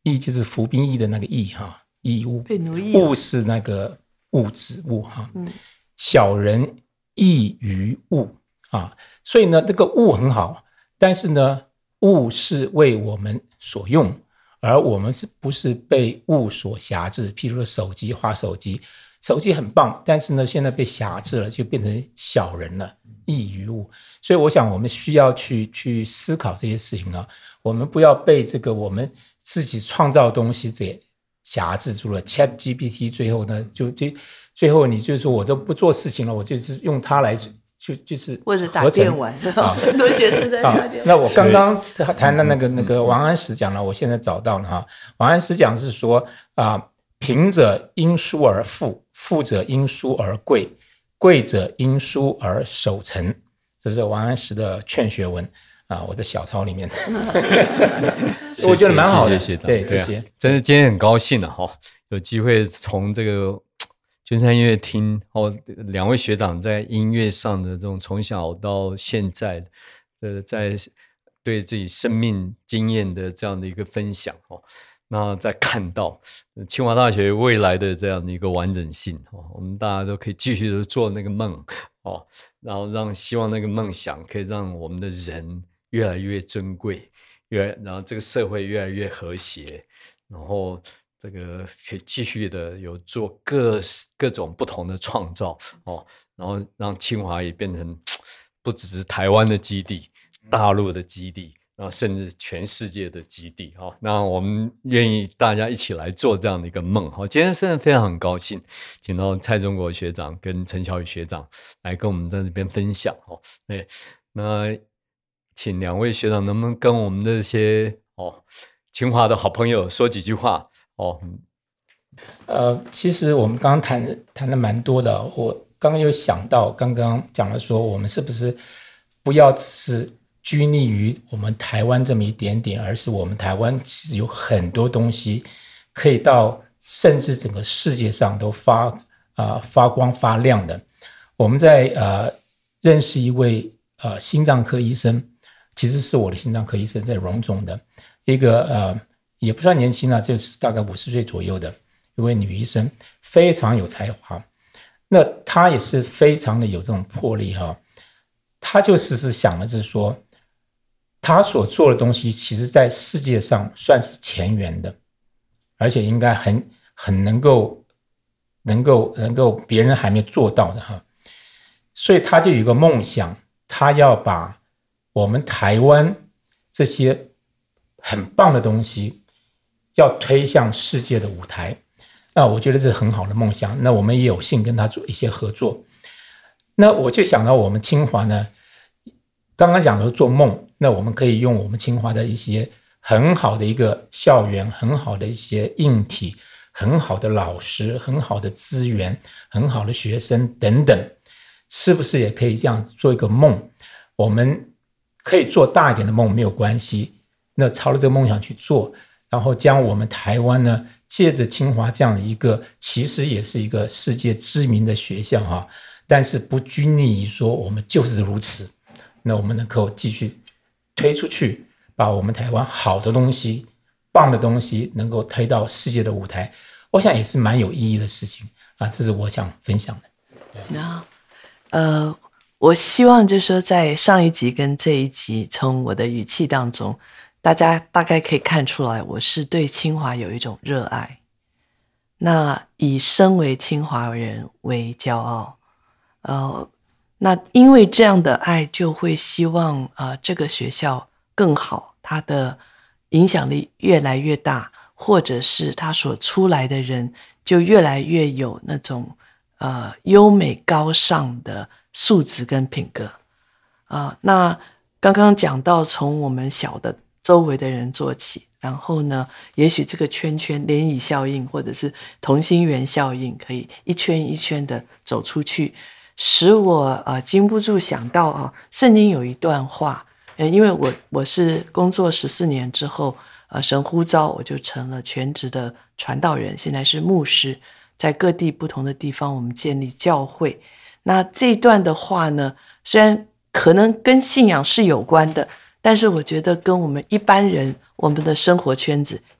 役就是服兵役的那个役哈，义务。 被奴役。 务是那个物质物哈。嗯，小人易于物啊，所以呢，这个物很好，但是呢，物是为我们所用，而我们是不是被物所辖制？譬如说手机，滑手机，手机很棒，但是呢，现在被辖制了，就变成小人了，易于物。所以我想我们需要去去思考这些事情啊，我们不要被这个我们自己创造的东西给辖制住了。 Chat G P T 最后呢就就最后你就说我都不做事情了，我就是用它来就就是或者打电玩，很多学生在打电玩。 那我刚刚谈的那个那个王安石讲了，我现在找到了哈。王安石讲是说啊，贫者因书而富，富者因书而贵，贵者因书而守成。这是王安石的劝学文啊，我的小抄里面的。我觉得蛮好的， 谢谢学长。 对这些， 真的今天很高兴啊，哈，有机会从这个君山音乐厅哦，两位学长在音乐上的这种从小到现在的在对自己生命经验的这样的一个分享哦，那再看到清华大学未来的这样的一个完整性哦，我们大家都可以继续的做那个梦哦，然后让希望那个梦想可以让我们的人越来越珍贵，越然后这个社会越来越和谐，然后这个可以继续的有做各各种不同的创造哦，然后让清华也变成不只是台湾的基地，大陆的基地，然后甚至全世界的基地哦。那我们愿意大家一起来做这样的一个梦哦。今天真的非常很高兴，请到蔡中国学长跟陈小宇学长来跟我们在这边分享哦。对，那请两位学长能不能跟我们这些哦清华的好朋友说几句话？哦， 呃，其实我们刚刚谈谈的蛮多的。我刚刚有想到，刚刚讲了说，我们是不是不要只是拘泥于我们台湾这么一点点，而是我们台湾其实有很多东西可以到甚至整个世界上都发啊、呃、发光发亮的。我们在呃认识一位呃心脏科医生，其实是我的心脏科医生，在荣总的一个呃。也不算年轻了，就是大概五十岁左右的一位女医生，非常有才华。那她也是非常的有这种魄力哈。她就是是想的是说，她所做的东西，其实在世界上算是前沿的，而且应该很很能够能够能够别人还没做到的哈。所以她就有一个梦想，她要把我们台湾这些很棒的东西要推向世界的舞台，那我觉得这是很好的梦想。那我们也有幸跟他做一些合作。那我就想到我们清华呢，刚刚讲的做梦，那我们可以用我们清华的一些很好的一个校园，很好的一些硬体，很好的老师，很好的资源，很好的学生等等，是不是也可以这样做一个梦？我们可以做大一点的梦没有关系，那朝着这个梦想去做，然后将我们台湾呢，借着清华这样的一个其实也是一个世界知名的学校哈，但是不拘泥于说我们就是如此，那我们能够继续推出去，把我们台湾好的东西棒的东西能够推到世界的舞台，我想也是蛮有意义的事情啊，这是我想分享的。 那呃，我希望就是说在上一集跟这一集从我的语气当中，大家大概可以看出来，我是对清华有一种热爱。那以身为清华人为骄傲，呃，那因为这样的爱，就会希望呃这个学校更好，它的影响力越来越大，或者是它所出来的人就越来越有那种呃优美高尚的素质跟品格啊、呃。那刚刚讲到从我们小的周围的人做起，然后呢，也许这个圈圈涟漪效应或者是同心圆效应可以一圈一圈的走出去，使我呃禁不住想到啊，圣经有一段话，呃，因为我我是工作十四年之后，呃，神呼召我就成了全职的传道人，现在是牧师，在各地不同的地方我们建立教会。那这段的话呢，虽然可能跟信仰是有关的，但是我觉得跟我们一般人我们的生活圈子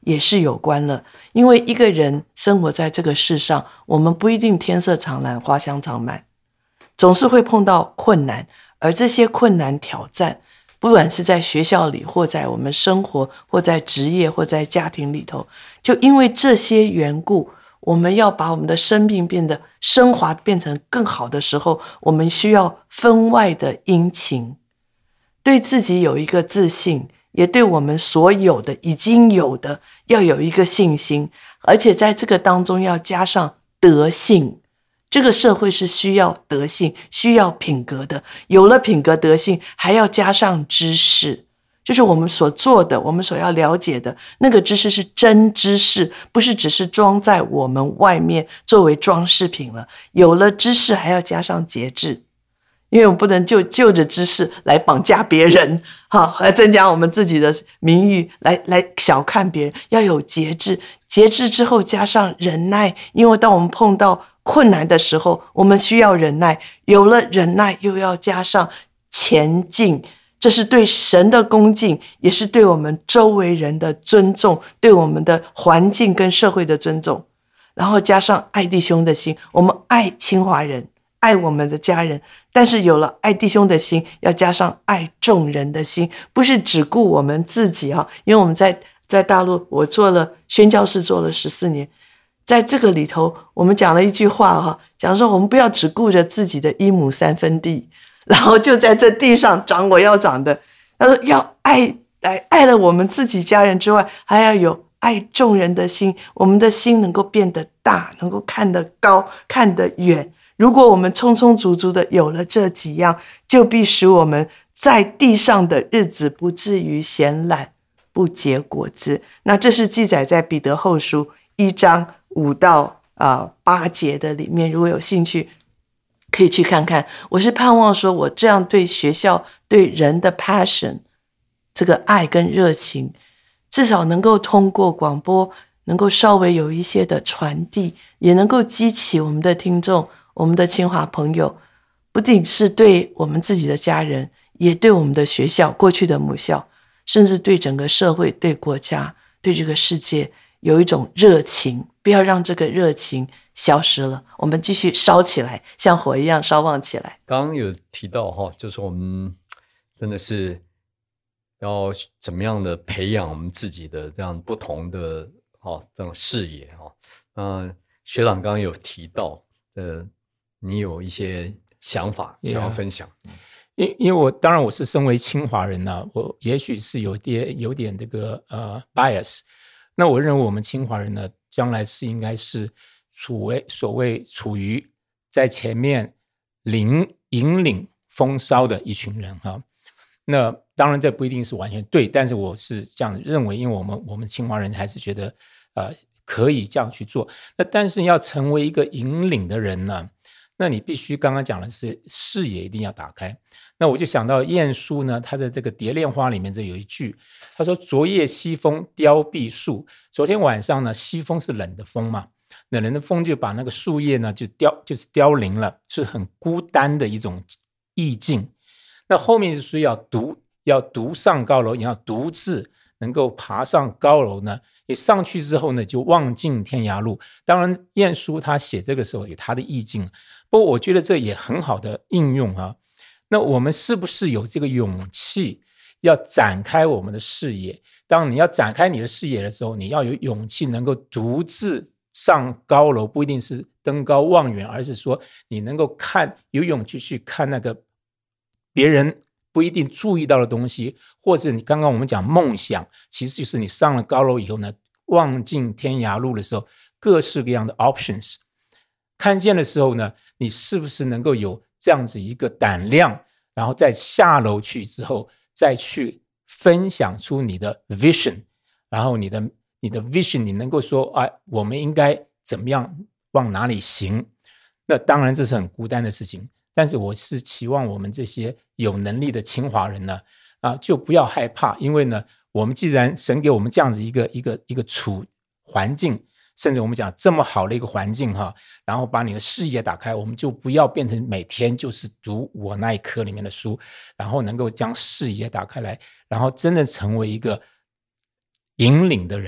也是有关了。因为一个人生活在这个世上，我们不一定天色常蓝花香常满，总是会碰到困难，而这些困难挑战不管是在学校里，或在我们生活，或在职业，或在家庭里头，就因为这些缘故，我们要把我们的生命变得升华，变成更好的时候，我们需要分外的殷勤，对自己有一个自信，也对我们所有的已经有的要有一个信心，而且在这个当中要加上德性。这个社会是需要德性，需要品格的，有了品格德性，还要加上知识，就是我们所做的，我们所要了解的那个知识是真知识，不是只是装在我们外面作为装饰品了。有了知识还要加上节制，因为我们不能就就着知识来绑架别人，好，来增加我们自己的名誉，来来小看别人，要有节制。节制之后加上忍耐，因为当我们碰到困难的时候，我们需要忍耐，有了忍耐又要加上前进，这是对神的恭敬，也是对我们周围人的尊重，对我们的环境跟社会的尊重，然后加上爱弟兄的心，我们爱清华人，爱我们的家人，但是有了爱弟兄的心，要加上爱众人的心，不是只顾我们自己啊。因为我们在在大陆，我做了宣教士做了十四年，在这个里头我们讲了一句话哈，讲说我们不要只顾着自己的一亩三分地，然后就在这地上长我要长的，他说要爱来爱了我们自己家人之外，还要有爱众人的心，我们的心能够变得大，能够看得高，看得远。如果我们充充足足的有了这几样，就必使我们在地上的日子不至于闲懒，不结果子。那这是记载在彼得后书一章五到呃八节的里面，如果有兴趣可以去看看。我是盼望说，我这样对学校对人的 passion 这个爱跟热情，至少能够通过广播能够稍微有一些的传递，也能够激起我们的听众，我们的清华朋友，不仅是对我们自己的家人，也对我们的学校，过去的母校，甚至对整个社会，对国家，对这个世界有一种热情，不要让这个热情消失了，我们继续烧起来，像火一样烧旺起来。 刚刚有提到哈，就是我们真的是要怎么样的培养我们自己的这样不同的哦这种视野哈。那学长刚刚有提到，呃，你有一些想法想要分享。 Yeah.因因为我当然我是身为清华人啊，我也许是有点有点这个呃 bias。那我认为我们清华人呢，将来是应该是处为所谓处于在前面领引领风骚的一群人哈。那当然这不一定是完全对，但是我是这样认为，因为我们我们清华人还是觉得呃可以这样去做。那但是要成为一个引领的人呢，那你必须刚刚讲的是视野一定要打开。那我就想到晏殊呢，他在这个《蝶恋花》里面这有一句，他说昨夜西风凋碧树。昨天晚上呢，西风是冷的风嘛，那冷的风就把那个树叶呢就凋就是凋零了，是很孤单的一种意境。那后面是说要独要独上高楼，也要独自能够爬上高楼呢，也上去之后呢就望尽天涯路。当然晏殊他写这个时候有他的意境，不过我觉得这也很好的应用啊。那我们是不是有这个勇气要展开我们的视野？当你要展开你的视野的时候，你要有勇气能够独自上高楼，不一定是登高望远，而是说你能够看，有勇气去看那个别人不一定注意到的东西，或者你刚刚我们讲梦想，其实就是你上了高楼以后呢，望尽天涯路的时候，各式各样的 options 看见的时候呢，你是不是能够有这样子一个胆量，然后再下楼去之后再去分享出你的 vision， 然后你的你的 vision 你能够说啊，我们应该怎么样往哪里行。那当然这是很孤单的事情，但是我是期望我们这些有能力的清华人呢，啊，就不要害怕，因为呢我们既然神给我们这样子一个一个一个处环境，甚至我们讲这么好的一个环境哈，然后把你的视野打开，我们就不要变成每天就是读我那一科里面的书，然后能够将视野打开来，然后真的成为一个引领的人。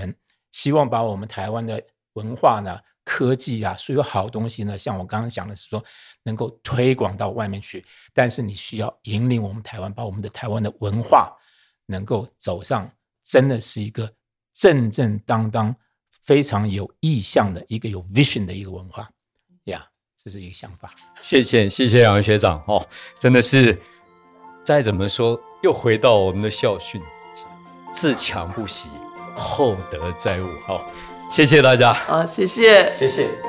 希望把我们台湾的文化呢、科技啊，所有好东西呢，像我刚刚讲的是说，能够推广到外面去。但是你需要引领我们台湾，把我们的台湾的文化能够走上，真的是一个正正当当、非常有意向的一个有 vision 的一个文化呀。Yeah, 这是一个想法。 谢谢谢谢两位学长哦，真的是再怎么说，又回到我们的校训：自强不息，厚德载物。好，谢谢大家。 好，谢谢， 谢谢。